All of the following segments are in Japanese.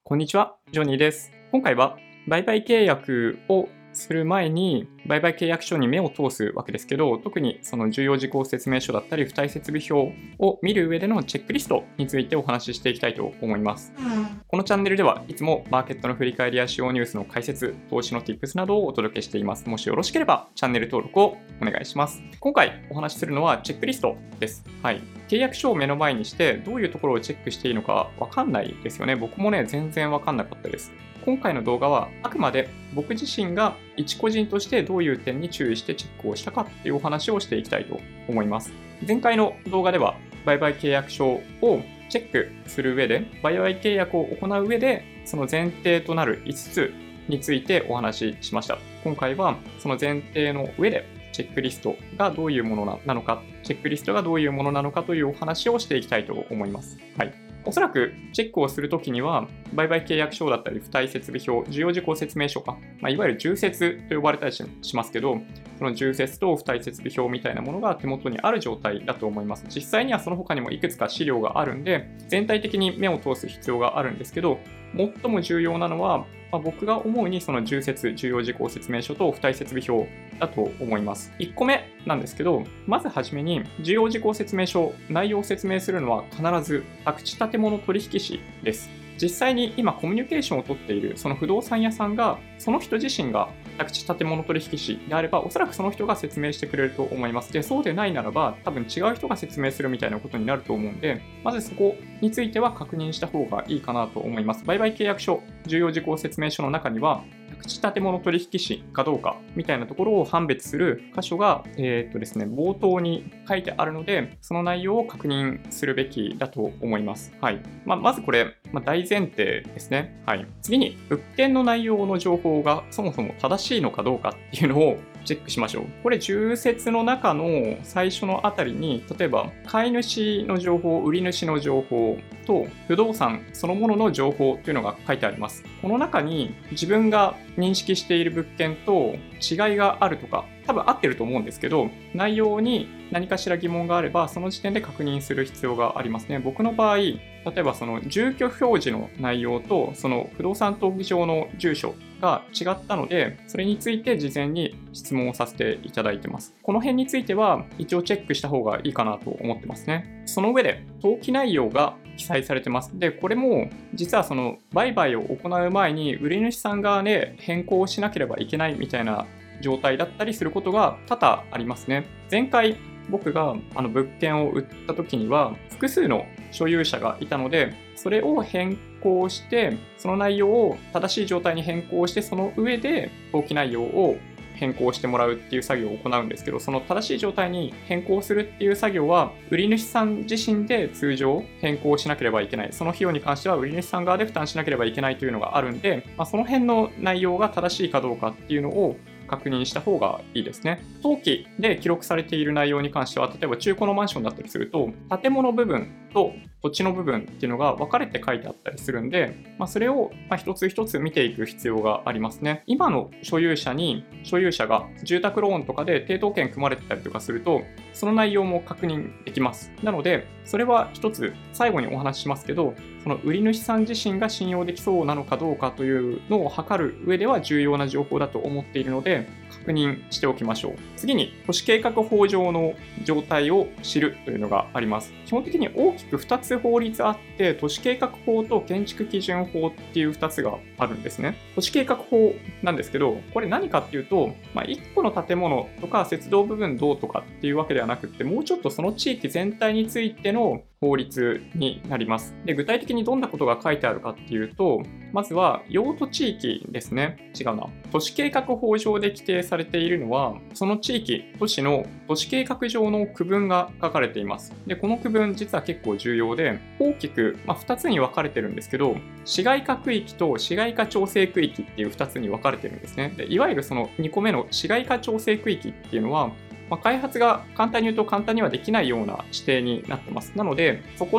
こんにちは、ジョニーです。今回は売買契約をする前に売買契約書に目を通すわけですけど、特にその重要事項説明書だったり付帯設備表を見る上でのチェックリストについてお話ししていきたいと思います。このチャンネルではいつもマーケットの振り返りや主要ニュースの解説、投資の Tips などをお届けしています。もしよろしければチャンネル登録をお願いします。今回お話しするのはチェックリストです。契約書を目の前にしてどういうところをチェックしていいのかわかんないですよね。僕もね、全然わかんなかったです。今回の動画はあくまで僕自身が一個人としてどういう点に注意してチェックをしたかっていうお話をしていきたいと思います。前回の動画では売買契約書をチェックする上で、売買契約を行う上でその前提となる5つについてお話ししました。今回はその前提の上でチェックリストがどういうものなのか、チェックリストがどういうものなのかというお話をしていきたいと思います。おそらくチェックをするときには、売買契約書だったり、付帯設備表、重要事項説明書か、いわゆる重説と呼ばれたりしますけど、その重説と付帯設備表みたいなものが手元にある状態だと思います。実際にはその他にもいくつか資料があるんで、全体的に目を通す必要があるんですけど、最も重要なのは、僕が思うにその重説、重要事項説明書と付帯設備表だと思います。1個目なんですけど、まずはじめに重要事項説明書、内容を説明するのは必ず宅地建物取引士です。実際に今コミュニケーションをとっているその不動産屋さんが、その人自身が宅地建物取引士であれば、おそらくその人が説明してくれると思います。で、そうでないならば、多分違う人が説明するみたいなことになると思うんで、まずそこについては確認した方がいいかなと思います。売買契約書、重要事項説明書の中には、宅地建物取引士かどうかみたいなところを判別する箇所が、ですね、冒頭に書いてあるので、その内容を確認するべきだと思います。まずこれ、大前提ですね。次に、物件の内容の情報がそもそも正しいのかどうかっていうのをチェックしましょう。これ、重説の中の最初のあたりに、例えば、買い主の情報、売り主の情報と、不動産そのものの情報というのが書いてあります。この中に自分が認識している物件と違いがあるとか、多分合ってると思うんですけど、内容に何かしら疑問があれば、その時点で確認する必要がありますね。僕の場合、例えばその住居表示の内容とその不動産登記上の住所が違ったので、それについて事前に質問をさせていただいてます。この辺については一応チェックした方がいいかなと思ってますね。その上で登記内容が記載されてます。で、これも実はその売買を行う前に売り主さん側で変更しなければいけないみたいな状態だったりすることが多々ありますね。前回僕が物件を売った時には複数の所有者がいたので、それを変更して、その内容を正しい状態に変更して、その上で登記内容を変更してもらうっていう作業を行うんですけど、その正しい状態に変更するっていう作業は、売り主さん自身で通常変更しなければいけない。その費用に関しては売り主さん側で負担しなければいけないというのがあるんで、その辺の内容が正しいかどうかっていうのを確認した方がいいですね。登記で記録されている内容に関しては、例えば中古のマンションだったりすると、建物部分と土地の部分っていうのが分かれて書いてあったりするんで、それを一つ一つ見ていく必要がありますね。今の所有者が住宅ローンとかで抵当権組まれてたりとかすると、その内容も確認できます。なので、それは一つ最後にお話ししますけど、その売り主さん自身が信用できそうなのかどうかというのを測る上では重要な情報だと思っているので、確認しておきましょう。次に、都市計画法上の状態を知るというのがあります。基本的に大きく2つ法律あって、都市計画法と建築基準法っていう2つがあるんですね。都市計画法なんですけど、これ何かっていうと、1個の建物とか鉄道部分どうとかっていうわけではなくって、もうちょっとその地域全体についての法律になります。で、具体的にどんなことが書いてあるかっていうと、まずは用途地域ですね。違うな。都市計画法上で規定されているのは、その地域、都市の都市計画上の区分が書かれています。で、この区分実は結構重要で、大きく、2つに分かれてるんですけど、市街化区域と市街化調整区域っていう2つに分かれてるんですね。で、いわゆるその2個目の市街化調整区域っていうのは、開発が簡単に言うと簡単にはできないような指定になってます。なので、そこの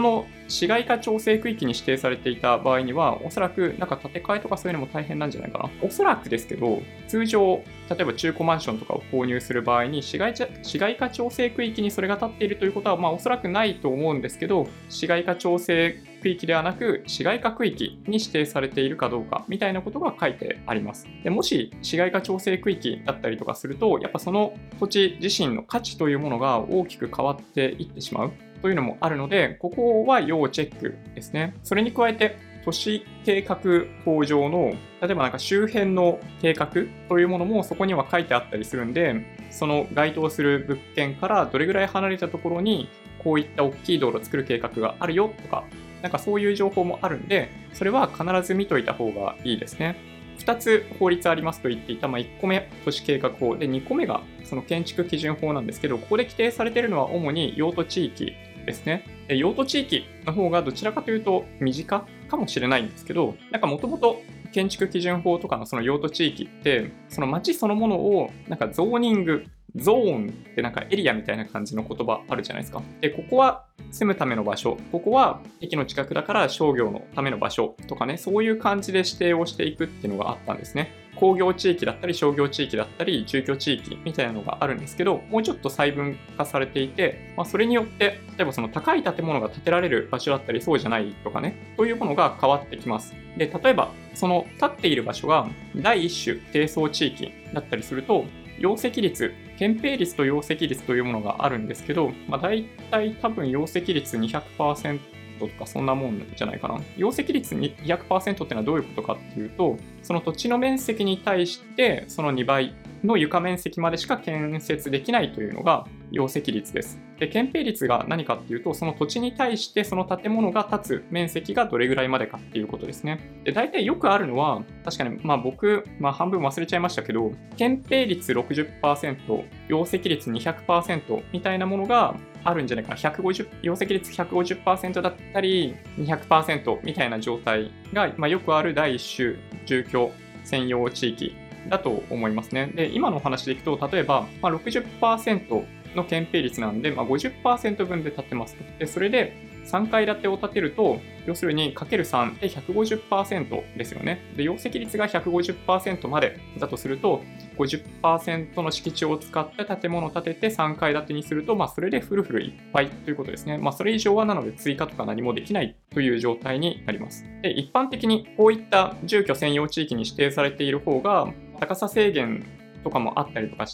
市街化調整区域に指定されていた場合には、おそらくなんか建て替えとかそういうのも大変なんじゃないかな。おそらくですけど、通常、例えば中古マンションとかを購入する場合に市街化調整区域にそれが立っているということは、おそらくないと思うんですけど、市街化調整区域ではなく市街化区域に指定されているかどうかみたいなことが書いてあります。でもし市街化調整区域だったりとかすると、やっぱその土地自身の価値というものが大きく変わっていってしまうというのもあるので、ここは要チェックですね。それに加えて、都市計画法上の、例えばなんか周辺の計画というものもそこには書いてあったりするんで、その該当する物件からどれぐらい離れたところにこういった大きい道路を作る計画があるよとか、なんかそういう情報もあるんで、それは必ず見といた方がいいですね。2つ法律ありますと言っていた、1個目都市計画法で、2個目がその建築基準法なんですけど、ここで規定されているのは主に用途地域ですね。用途地域の方がどちらかというと身近かもしれないんですけど、なんかもともと建築基準法とかのその用途地域って、その街そのものをなんかゾーニング、ゾーンってなんかエリアみたいな感じの言葉あるじゃないですか。で、ここは住むための場所、ここは駅の近くだから商業のための場所とかね、そういう感じで指定をしていくっていうのがあったんですね。工業地域だったり商業地域だったり住居地域みたいなのがあるんですけど、もうちょっと細分化されていて、それによって例えばその高い建物が建てられる場所だったりそうじゃないとかね、というものが変わってきます。で、例えばその立っている場所が第一種低層地域だったりすると、容積率、建蔽率と容積率というものがあるんですけど、大体多分容積率200%とかそんなもんじゃないかな。容積率200% っていうのはどういうことかっていうと、その土地の面積に対してその2倍の床面積までしか建設できないというのが容積率です。で、建蔽率が何かっていうと、その土地に対してその建物が建つ面積がどれぐらいまでかっていうことですね。で、大体よくあるのは、確かに僕、半分忘れちゃいましたけど、建蔽率 60%、容積率 200% みたいなものがあるんじゃないかな。容積率 150% だったり 200% みたいな状態が、よくある第一種住居専用地域だと思いますね。で、今のお話でいくと、例えば、60% の建蔽率なんで、50% 分で建てますと。で、それで3階建てを建てると、要するに ×3 で 150% ですよね。で、容積率が 150% までだとすると、50% の敷地を使って建物を建てて3階建てにすると、それでフルフルいっぱいということですね。それ以上はなので追加とか何もできないという状態になります。で、一般的にこういった住居専用地域に指定されている方が、高さ制限とかもあったりとかして、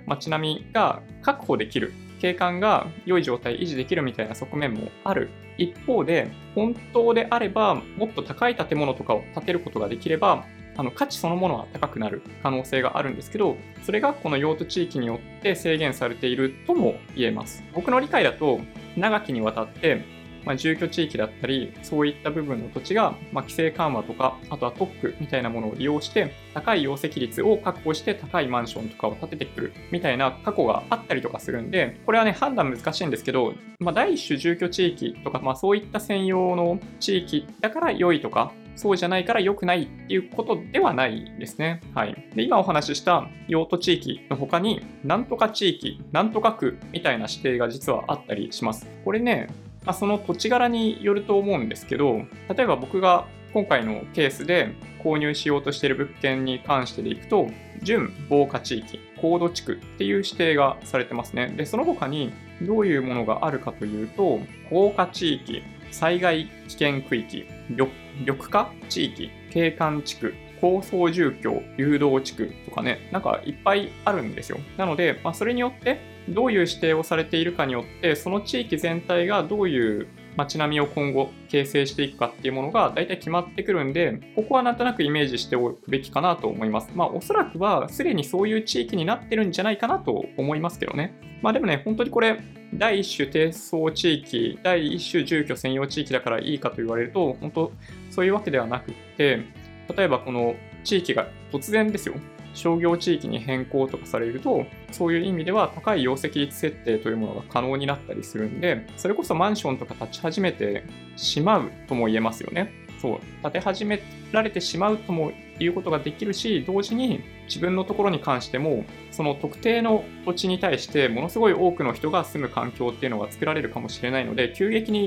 街並みが確保できる、景観が良い状態維持できるみたいな側面もある一方で、本当であればもっと高い建物とかを建てることができれば、価値そのものは高くなる可能性があるんですけど、それがこの用途地域によって制限されているとも言えます。僕の理解だと、長きにわたって住居地域だったり、そういった部分の土地が、規制緩和とか、あとは特区みたいなものを利用して、高い容積率を確保して高いマンションとかを建ててくるみたいな過去があったりとかするんで、これはね、判断難しいんですけど、第一種住居地域とか、そういった専用の地域だから良いとか、そうじゃないから良くないっていうことではないですね。はい。で、今お話しした用途地域の他に、なんとか地域、なんとか区みたいな指定が実はあったりします。これね、その土地柄によると思うんですけど、例えば僕が今回のケースで購入しようとしている物件に関してでいくと、準防火地域、高度地区っていう指定がされてますね。で、その他にどういうものがあるかというと、高架地域、災害危険区域、緑化地域、景観地区、高層住居、流動地区とかね、なんかいっぱいあるんですよ。なので、それによってどういう指定をされているかによって、その地域全体がどういう街並みを今後形成していくかっていうものが大体決まってくるんで、ここはなんとなくイメージしておくべきかなと思います。おそらくはすでにそういう地域になってるんじゃないかなと思いますけどね。でもね、本当にこれ、第一種低層地域、第一種住居専用地域だからいいかと言われると、本当そういうわけではなくって、例えばこの地域が突然ですよ、商業地域に変更とかされると、そういう意味では高い容積率設定というものが可能になったりするんで、それこそマンションとか建ち始めてしまうとも言えますよね。そう、建て始められてしまうとも言うことができるし、同時に自分のところに関しても、その特定の土地に対してものすごい多くの人が住む環境っていうのが作られるかもしれないので、急激に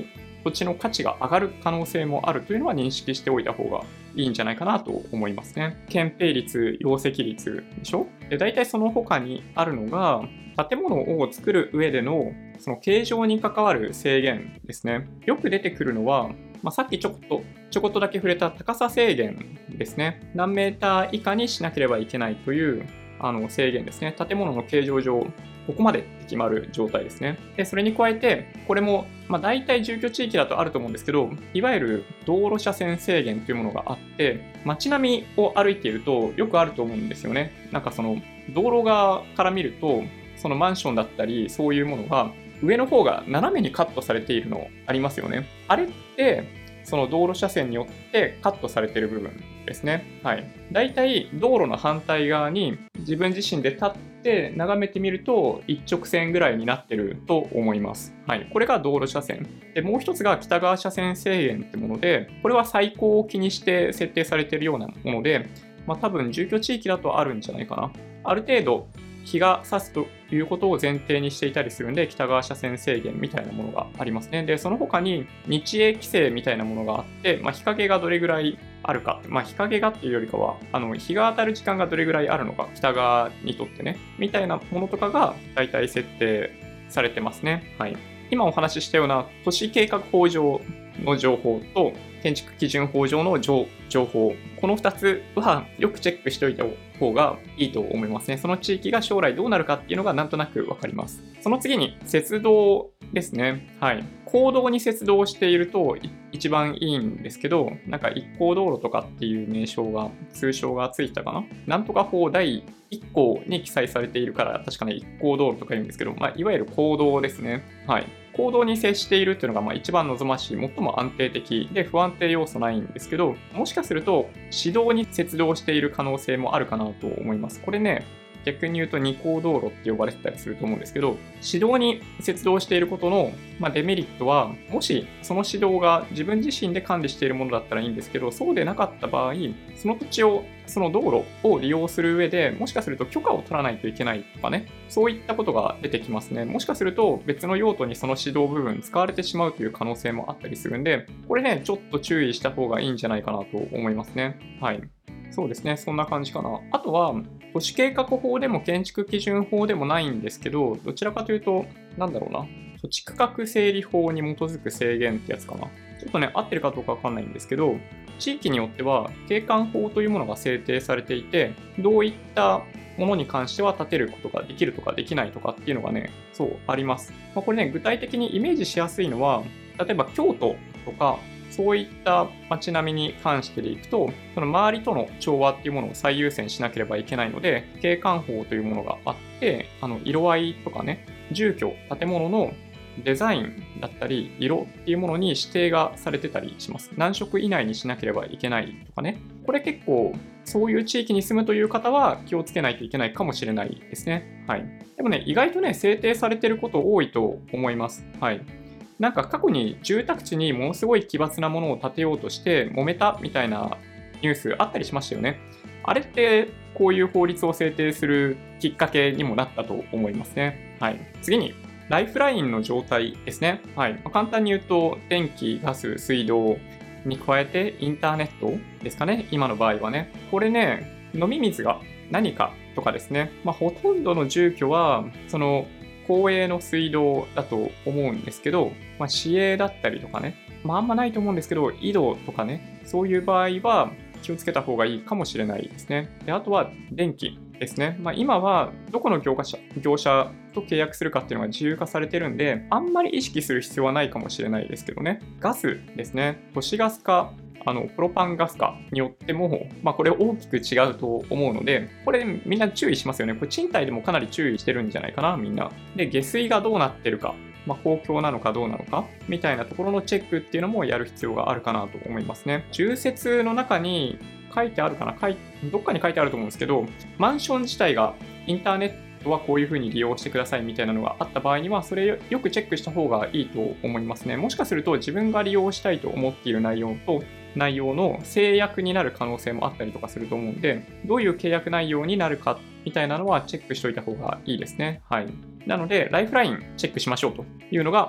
土地の価値が上がる可能性もあるというのは認識しておいた方がいいんじゃないかなと思いますね。建蔽率、容積率でしょ。で、大体その他にあるのが、建物を作る上でのその形状に関わる制限ですね。よく出てくるのは、さっきちょこっとだけ触れた高さ制限ですね。何メーター以下にしなければいけないという制限ですね。建物の形状上、ここまでって決まる状態ですね。で、それに加えて、これも、大体住居地域だとあると思うんですけど、いわゆる道路車線制限というものがあって、街並みを歩いているとよくあると思うんですよね。なんかその、道路側から見ると、そのマンションだったり、そういうものが、上の方が斜めにカットされているのありますよね。あれって、その道路車線によってカットされている部分ですね。はい。だいたい道路の反対側に自分自身で立って眺めてみると一直線ぐらいになってると思います。はい。これが道路車線。で、もう一つが北側車線制限ってもので、これは最高を気にして設定されているようなもので、多分住居地域だとあるんじゃないかな。ある程度、日が差すということを前提にしていたりするんで、北側車線制限みたいなものがありますね。で、その他に日影規制みたいなものがあって、日陰がどれぐらいあるか、日陰がっていうよりかは、日が当たる時間がどれぐらいあるのか、北側にとってね、みたいなものとかが大体設定されてますね。はい。今お話ししたような都市計画法上の情報と建築基準法上の情報、この2つはよくチェックしておいた方がいいと思いますね。その地域が将来どうなるかっていうのがなんとなくわかります。その次に接道ですね。はい。公道に接道していると一番いいんですけど、なんか一項道路とかっていう通称がついたかな。なんとか法第1項に記載されているから、確かね、一項道路とか言うんですけど、いわゆる公道ですね。はい。公道に接しているっていうのが一番望ましい、最も安定的で不安定要素ないんですけど、もしかすると市道に接道している可能性もあるかなと思います。これね、逆に言うと二項道路って呼ばれてたりすると思うんですけど、市道に接道していることの、デメリットは、もしその市道が自分自身で管理しているものだったらいいんですけど、そうでなかった場合、その土地を、その道路を利用する上で、もしかすると許可を取らないといけないとかね、そういったことが出てきますね。もしかすると別の用途にその市道部分使われてしまうという可能性もあったりするんで、これね、ちょっと注意した方がいいんじゃないかなと思いますね。はい。そうですね、そんな感じかな。あとは、都市計画法でも建築基準法でもないんですけど、どちらかというと、土地区画整理法に基づく制限ってやつかな。ちょっとね、合ってるかどうかわかんないんですけど、地域によっては景観法というものが制定されていて、どういったものに関しては建てることができるとかできないとかっていうのがね、そうあります。これね、具体的にイメージしやすいのは、例えば京都とか、そういった街並みに関してでいくと、その周りとの調和っていうものを最優先しなければいけないので、景観法というものがあって、色合いとかね、住居、建物のデザインだったり、色っていうものに指定がされてたりします。何色以内にしなければいけないとかね。これ結構、そういう地域に住むという方は気をつけないといけないかもしれないですね。はい。でもね、意外とね、制定されてること多いと思います。はい。なんか過去に住宅地にものすごい奇抜なものを建てようとして揉めたみたいなニュースあったりしましたよね。あれってこういう法律を制定するきっかけにもなったと思いますね。はい。次に、ライフラインの状態ですね。はい。簡単に言うと、電気、ガス、水道に加えてインターネットですかね。今の場合はね。これね、飲み水が何かとかですね。ほとんどの住居は、公営の水道だと思うんですけど、市営だったりとかね、あんまないと思うんですけど、井戸とかね、そういう場合は気をつけた方がいいかもしれないですね。で、あとは電気ですね。今はどこの業者と契約するかっていうのが自由化されてるんで、あんまり意識する必要はないかもしれないですけどね。ガスですね。都市ガス化、プロパンガス化によっても、これ大きく違うと思うので、これみんな注意しますよね。これ賃貸でもかなり注意してるんじゃないかな、みんな。で、下水がどうなってるか、公共なのかどうなのか、みたいなところのチェックっていうのもやる必要があるかなと思いますね。住設の中に書いてあるかな、どっかに書いてあると思うんですけど、マンション自体がインターネットはこういう風に利用してくださいみたいなのがあった場合には、それよくチェックした方がいいと思いますね。もしかすると自分が利用したいと思っている内容の制約になる可能性もあったりとかすると思うんで、どういう契約内容になるかみたいなのはチェックしておいた方がいいですね。はい。なので、ライフラインチェックしましょうというのが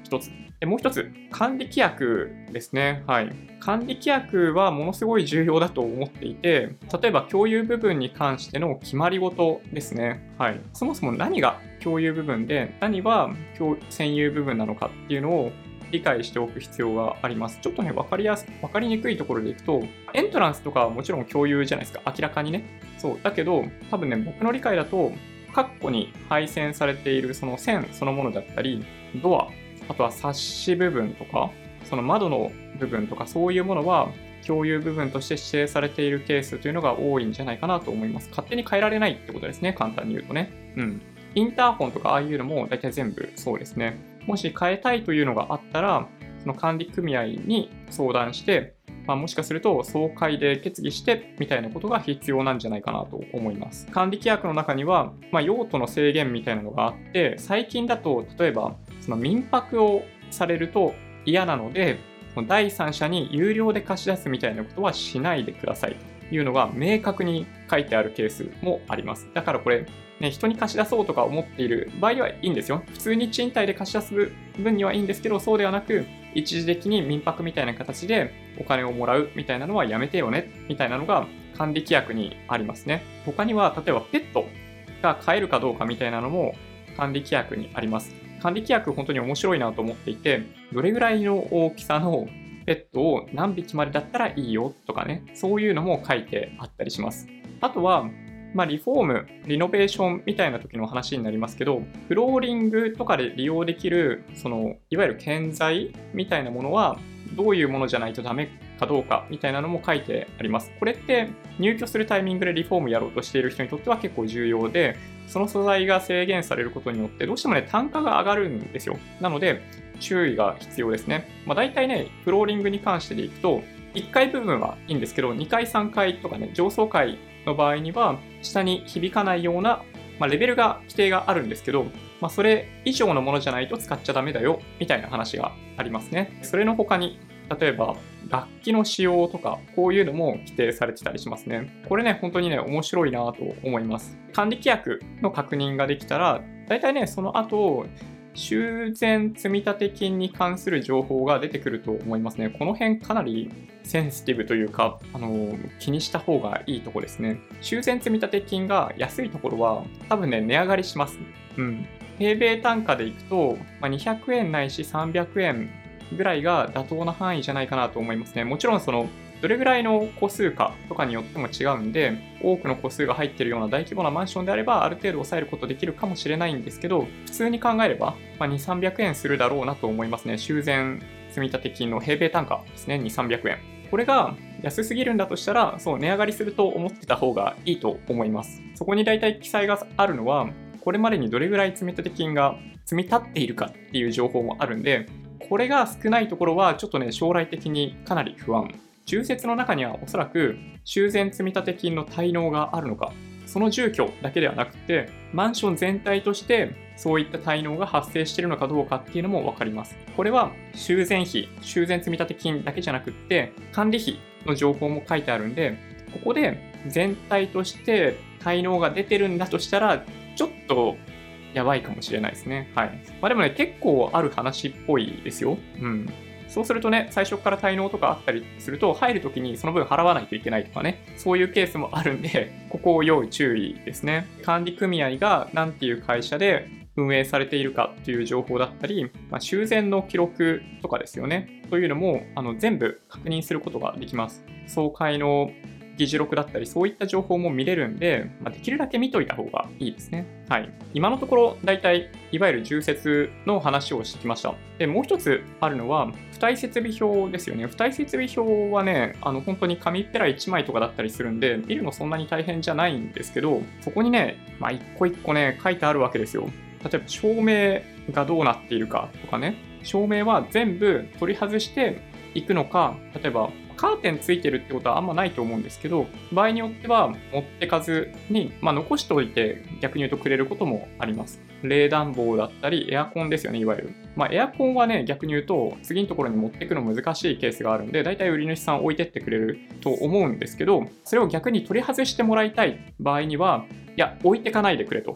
一つ。で、もう一つ、管理規約ですね。はい。管理規約はものすごい重要だと思っていて、例えば共有部分に関しての決まり事ですね。はい。そもそも何が共有部分で、何は占有部分なのかっていうのを理解しておく必要があります。ちょっとね、わかりにくいところでいくと、エントランスとかはもちろん共有じゃないですか。明らかにね。そう。だけど、多分ね、僕の理解だと、括弧に配線されているその線そのものだったり、ドア、あとはサッシ部分とか、その窓の部分とか、そういうものは共有部分として指定されているケースというのが多いんじゃないかなと思います。勝手に変えられないってことですね。簡単に言うとね。うん。インターホンとかああいうのも大体全部そうですね。もし変えたいというのがあったら、その管理組合に相談して、もしかすると総会で決議してみたいなことが必要なんじゃないかなと思います。管理規約の中には、用途の制限みたいなのがあって、最近だと例えばその民泊をされると嫌なので、第三者に有料で貸し出すみたいなことはしないでくださいというのが明確に書いてあるケースもあります。だからこれ、ね、人に貸し出そうとか思っている場合はいいんですよ。普通に賃貸で貸し出す分にはいいんですけど、そうではなく、一時的に民泊みたいな形でお金をもらうみたいなのはやめてよねみたいなのが管理規約にありますね。他には、例えばペットが飼えるかどうかみたいなのも管理規約にあります。管理規約本当に面白いなと思っていて、どれぐらいの大きさのペットを何匹までだったらいいよとかね、そういうのも書いてあったりします。あとは、リフォーム、リノベーションみたいな時の話になりますけど、フローリングとかで利用できる、いわゆる建材みたいなものは、どういうものじゃないとダメかどうかみたいなのも書いてあります。これって入居するタイミングでリフォームやろうとしている人にとっては結構重要で、その素材が制限されることによってどうしてもね、単価が上がるんですよ。なので、注意が必要ですね。大体ね、フローリングに関してでいくと、1階部分はいいんですけど、2階、3階とかね、上層階の場合には、下に響かないような、レベルが規定があるんですけど、それ以上のものじゃないと使っちゃダメだよ、みたいな話がありますね。それの他に、例えば、楽器の使用とか、こういうのも規定されてたりしますね。これね、本当にね、面白いなと思います。管理規約の確認ができたら、大体ね、その後、修繕積立金に関する情報が出てくると思いますね。この辺かなりセンシティブというか、気にした方がいいところですね。修繕積立金が安いところは多分ね、値上がりします。うん。平米単価でいくと、200円ないし300円ぐらいが妥当な範囲じゃないかなと思いますね。もちろんどれぐらいの戸数かとかによっても違うんで、多くの戸数が入っているような大規模なマンションであれば、ある程度抑えることできるかもしれないんですけど、普通に考えれば、2、300円するだろうなと思いますね。修繕積立金の平米単価ですね、2、300円。これが安すぎるんだとしたら、値上がりすると思ってた方がいいと思います。そこに大体記載があるのは、これまでにどれぐらい積立金が積み立っているかっていう情報もあるんで、これが少ないところはちょっとね、将来的にかなり不安。住設の中にはおそらく修繕積立金の滞納があるのか、その住居だけではなくて、マンション全体としてそういった滞納が発生しているのかどうかっていうのも分かります。これは修繕費、修繕積立金だけじゃなくって、管理費の情報も書いてあるんで、ここで全体として滞納が出てるんだとしたら、ちょっとやばいかもしれないですね。はい。でもね、結構ある話っぽいですよ。うん。そうするとね、最初から滞納とかあったりすると、入るときにその分払わないといけないとかね、そういうケースもあるんで、ここを要注意ですね。管理組合が何ていう会社で運営されているかっていう情報だったり、修繕の記録とかですよね。というのも、全部確認することができます。総会の議事録だったり、そういった情報も見れるんで、できるだけ見といた方がいいですね。はい。今のところ、大体、いわゆる住設の話をしてきました。で、もう一つあるのは、付帯設備表ですよね。付帯設備表はね、本当に紙っぺら1枚とかだったりするんで、見るのそんなに大変じゃないんですけど、そこにね、一個一個ね、書いてあるわけですよ。例えば、照明がどうなっているかとかね、照明は全部取り外していくのか、例えば、カーテンついてるってことはあんまないと思うんですけど、場合によっては持ってかずに、残しておいて逆に言うとくれることもあります。冷暖房だったり、エアコンですよね、いわゆる。エアコンはね、逆に言うと次のところに持ってくの難しいケースがあるんで、だいたい売り主さん置いてってくれると思うんですけど、それを逆に取り外してもらいたい場合には、いや、置いてかないでくれと。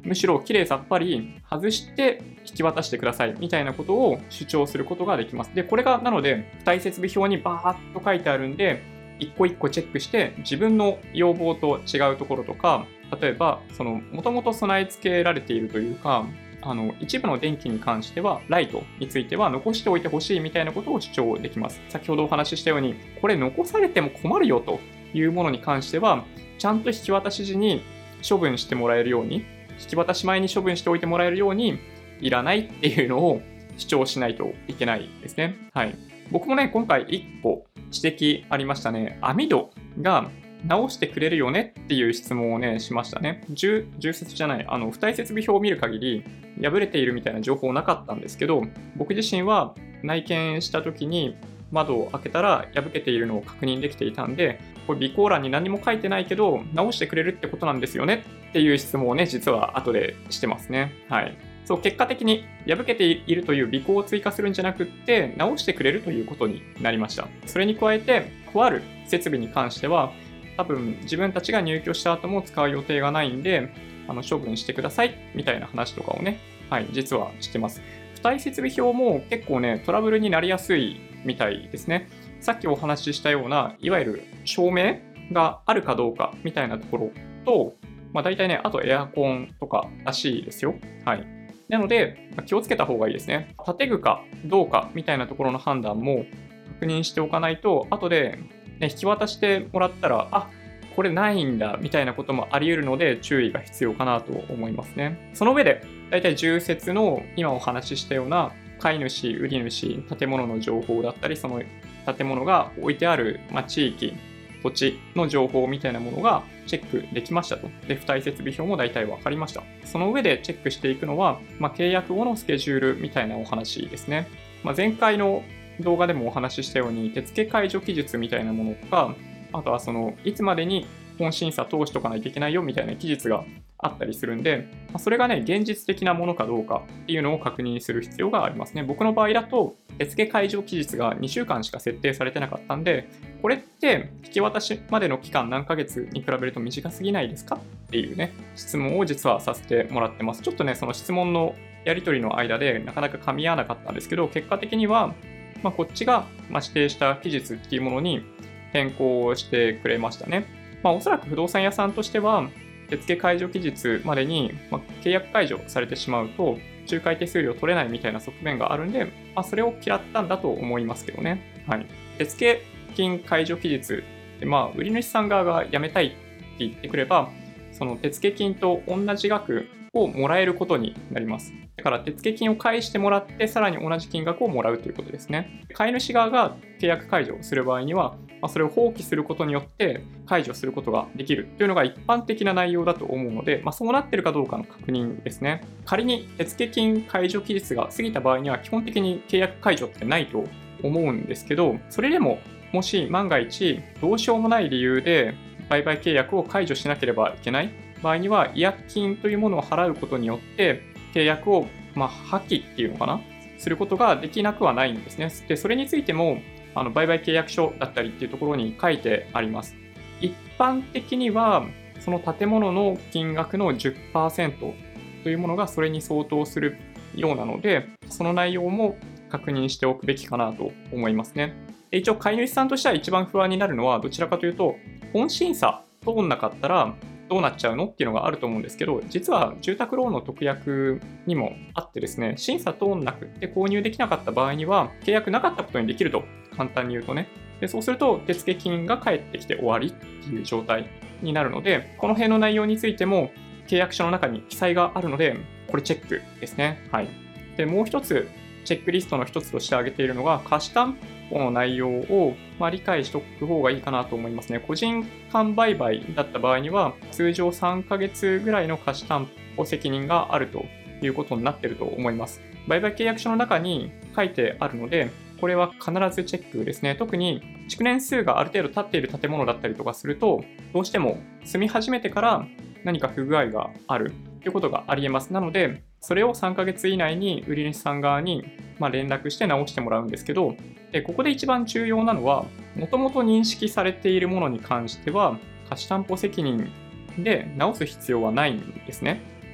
むしろきれいさっぱり外して引き渡してくださいみたいなことを主張することができます。で、これがなので付帯設備表にバーッと書いてあるんで、一個一個チェックして自分の要望と違うところとか、例えばもともと備え付けられているというか、一部の電気に関してはライトについては残しておいてほしいみたいなことを主張できます。先ほどお話ししたように、これ残されても困るよというものに関しては、ちゃんと引き渡し時に処分してもらえるように、引き渡し前に処分しておいてもらえるように、いらないっていうのを主張しないといけないですね。はい。僕もね、今回1個指摘ありましたね。網戸が直してくれるよねっていう質問をね、しましたね。重説じゃない、付帯設備表を見る限り、破れているみたいな情報なかったんですけど、僕自身は内見した時に窓を開けたら破けているのを確認できていたんで、これ備考欄に何も書いてないけど、直してくれるってことなんですよねっていう質問をね、実は後でしてますね。はい。そう、結果的に破けているという備考を追加するんじゃなくって、直してくれるということになりました。それに加えて、とある設備に関しては、多分自分たちが入居した後も使う予定がないんで、処分してくださいみたいな話とかをね、はい、実はしてます。付帯設備表も結構ね、トラブルになりやすいみたいですね。さっきお話ししたような、いわゆる照明があるかどうかみたいなところと、大体ね、あとエアコンとからしいですよ。はい。なので、気をつけた方がいいですね。建具かどうかみたいなところの判断も確認しておかないと、後で、ね、引き渡してもらったら、あ、これないんだみたいなこともあり得るので注意が必要かなと思いますね。その上で、だいたい重説の今お話ししたような買い主、売り主、建物の情報だったり、その建物が置いてある、地域、土地の情報みたいなものがチェックできましたと。で、付帯設備表も大体分かりました。その上でチェックしていくのは、契約後のスケジュールみたいなお話ですね。前回の動画でもお話ししたように、手付解除期日みたいなものとか、あとはいつまでに本審査通しとかないといけないよみたいな期日があったりするんで、それがね、現実的なものかどうかっていうのを確認する必要がありますね。僕の場合だと、手付解除期日が2週間しか設定されてなかったんで、これって引き渡しまでの期間何ヶ月に比べると短すぎないですかっていうね、質問を実はさせてもらってます。ちょっとね、その質問のやり取りの間でなかなか噛み合わなかったんですけど、結果的には、こっちが指定した期日っていうものに変更してくれましたね。おそらく不動産屋さんとしては、手付解除期日までに、契約解除されてしまうと、仲介手数料取れないみたいな側面があるんで、それを嫌ったんだと思いますけどね。はい。手付金解除期日で、売り主さん側が辞めたいって言ってくれば、その手付金と同じ額をもらえることになります。だから手付金を返してもらって、さらに同じ金額をもらうということですね。買い主側が契約解除をする場合には、それを放棄することによって解除することができるというのが一般的な内容だと思うので、そうなっているかどうかの確認ですね。仮に手付金解除期日が過ぎた場合には基本的に契約解除ってないと思うんですけど、それでももし万が一どうしようもない理由で売買契約を解除しなければいけない場合には、違約金というものを払うことによって契約を破棄っていうのかなすることができなくはないんですね。で、それについても売買契約書だったりっていうところに書いてあります。一般的には、その建物の金額の 10% というものがそれに相当するようなので、その内容も確認しておくべきかなと思いますね。一応、買い主さんとしては一番不安になるのは、どちらかというと、本審査通んなかったらどうなっちゃうのっていうのがあると思うんですけど、実は住宅ローンの特約にもあってですね、審査通んなくって購入できなかった場合には、契約なかったことにできると、簡単に言うとね。で、そうすると手付金が返ってきて終わりっていう状態になるので、この辺の内容についても契約書の中に記載があるので、これチェックですね。はい。で、もう一つ、チェックリストの一つとして挙げているのが、貸し担保の内容を理解しておく方がいいかなと思いますね。個人間売買だった場合には、通常3ヶ月ぐらいの貸し担保責任があるということになっていると思います。売買契約書の中に書いてあるので、これは必ずチェックですね。特に築年数がある程度経っている建物だったりとかすると、どうしても住み始めてから何か不具合があるということがありえます。なので、それを3ヶ月以内に売り主さん側に連絡して直してもらうんですけど、ここで一番重要なのは、もともと認識されているものに関しては、貸し担保責任で直す必要はないんですね。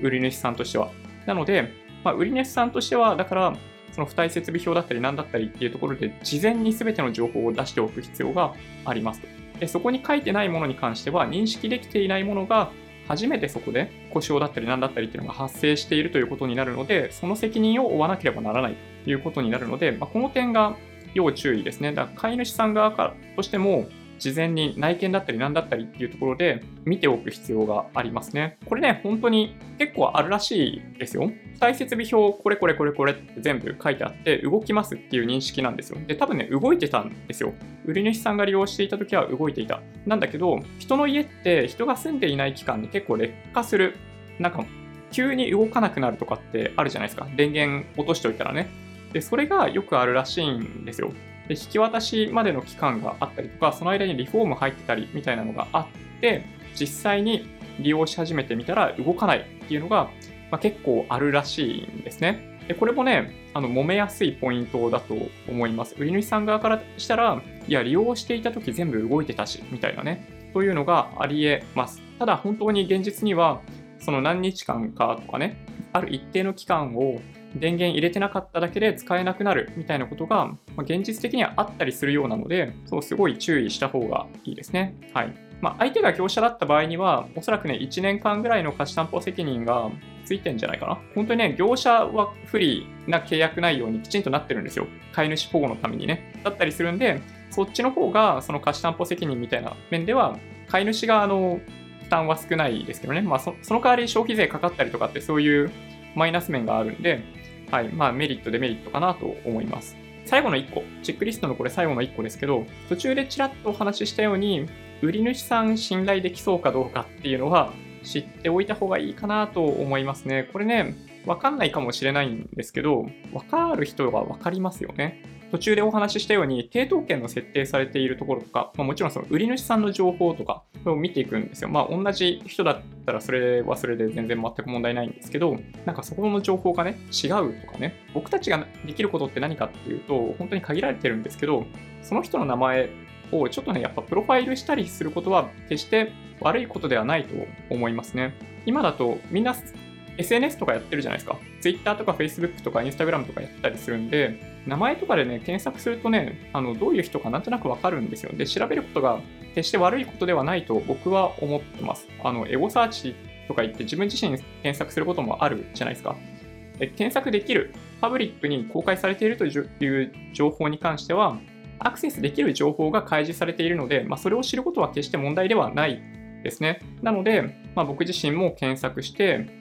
売り主さんとしては。なので、売り主さんとしては、だから、その付帯設備表だったり何だったりっていうところで、事前に全ての情報を出しておく必要がありますと。で、そこに書いてないものに関しては、認識できていないものが、初めてそこで故障だったり何だったりっていうのが発生しているということになるので、その責任を負わなければならないということになるので、この点が要注意ですね。だから飼い主さん側からとしても、事前に内見だったり何だったりっていうところで見ておく必要がありますね。これね、本当に結構あるらしいですよ。付帯設備表、これって全部書いてあって、動きますっていう認識なんですよ。で、多分ね、動いてたんですよ。売り主さんが利用していた時は動いていた。なんだけど、人の家って人が住んでいない期間に結構劣化する。なんか、急に動かなくなるとかってあるじゃないですか。電源落としておいたらね。で、それがよくあるらしいんですよ。で、引き渡しまでの期間があったりとか、その間にリフォーム入ってたりみたいなのがあって、実際に利用し始めてみたら動かないっていうのが、結構あるらしいんですね。で、これもね、揉めやすいポイントだと思います。売り主さん側からしたら、いや、利用していた時全部動いてたし、みたいなね、というのがあり得ます。ただ、本当に現実には、その何日間かとかね、ある一定の期間を電源入れてなかっただけで使えなくなるみたいなことが、現実的にはあったりするようなので、すごい注意した方がいいですね。はい。相手が業者だった場合には、おそらくね、1年間ぐらいの貸し担保責任がついてんじゃないかな。本当にね、業者は不利な契約内容にきちんとなってるんですよ。飼い主保護のためにね。だったりするんで、そっちの方が、その貸し担保責任みたいな面では、飼い主側の負担は少ないですけどね。その代わり消費税かかったりとかってそういうマイナス面があるんで、はい。メリット、デメリットかなと思います。最後の1個、チェックリストのこれ最後の1個ですけど、途中でちらっとお話ししたように、売り主さん信頼できそうかどうかっていうのは知っておいた方がいいかなと思いますね。これね、わかんないかもしれないんですけど、わかる人はわかりますよね。途中でお話ししたように、抵当権の設定されているところとか、もちろんその売り主さんの情報とかを見ていくんですよ。同じ人だったらそれはそれで全然全く問題ないんですけど、なんかそこの情報がね、違うとかね、僕たちができることって何かっていうと、本当に限られてるんですけど、その人の名前をちょっとね、やっぱプロファイルしたりすることは決して悪いことではないと思いますね。今だとみんな SNS とかやってるじゃないですか。Twitter とか Facebook とか Instagram とかやったりするんで、名前とかでね、検索するとね、どういう人かなんとなくわかるんですよ。で、調べることが決して悪いことではないと僕は思ってます。エゴサーチとか言って自分自身検索することもあるじゃないですか。検索できる、パブリックに公開されているという情報に関しては、アクセスできる情報が開示されているので、それを知ることは決して問題ではないですね。なので、僕自身も検索して、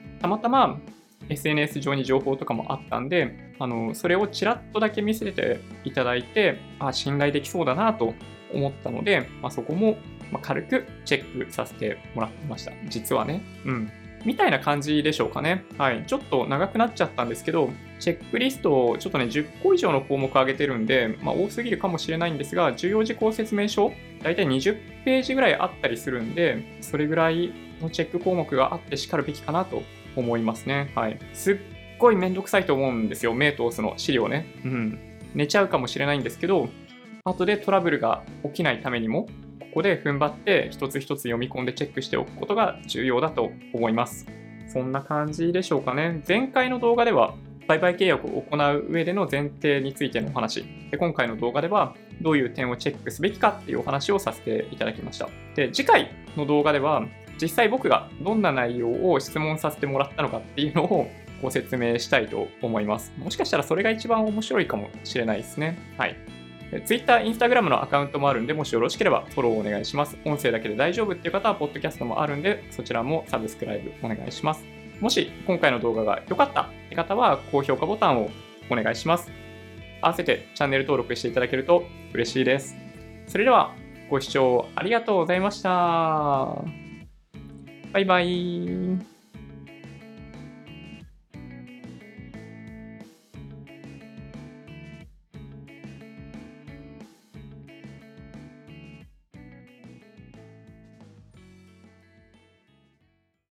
たまたま SNS 上に情報とかもあったんで、それをちらっとだけ見せていただいて、信頼できそうだなと思ったので、そこも軽くチェックさせてもらってました。実はね。みたいな感じでしょうかね。はい。ちょっと長くなっちゃったんですけど、チェックリストをちょっとね、10個以上の項目上げてるんで、多すぎるかもしれないんですが、重要事項説明書、だいたい20ページぐらいあったりするんで、それぐらいのチェック項目があってしかるべきかなと思いますね。はい。すっごいめんどくさいと思うんですよ。目通すの、資料ね。寝ちゃうかもしれないんですけど、後でトラブルが起きないためにも、ここで踏ん張って一つ一つ読み込んでチェックしておくことが重要だと思います。そんな感じでしょうかね。前回の動画では売買契約を行う上での前提についてのお話。で、今回の動画ではどういう点をチェックすべきかっていうお話をさせていただきました。で、次回の動画では実際僕がどんな内容を質問させてもらったのかっていうのをご説明したいと思います。もしかしたらそれが一番面白いかもしれないですね。はい。Twitter、Instagram のアカウントもあるんで、もしよろしければフォローお願いします。音声だけで大丈夫っていう方は、ポッドキャストもあるんで、そちらもサブスクライブお願いします。もし今回の動画が良かったって方は、高評価ボタンをお願いします。合わせてチャンネル登録していただけると嬉しいです。それでは、ご視聴ありがとうございました。バイバイ。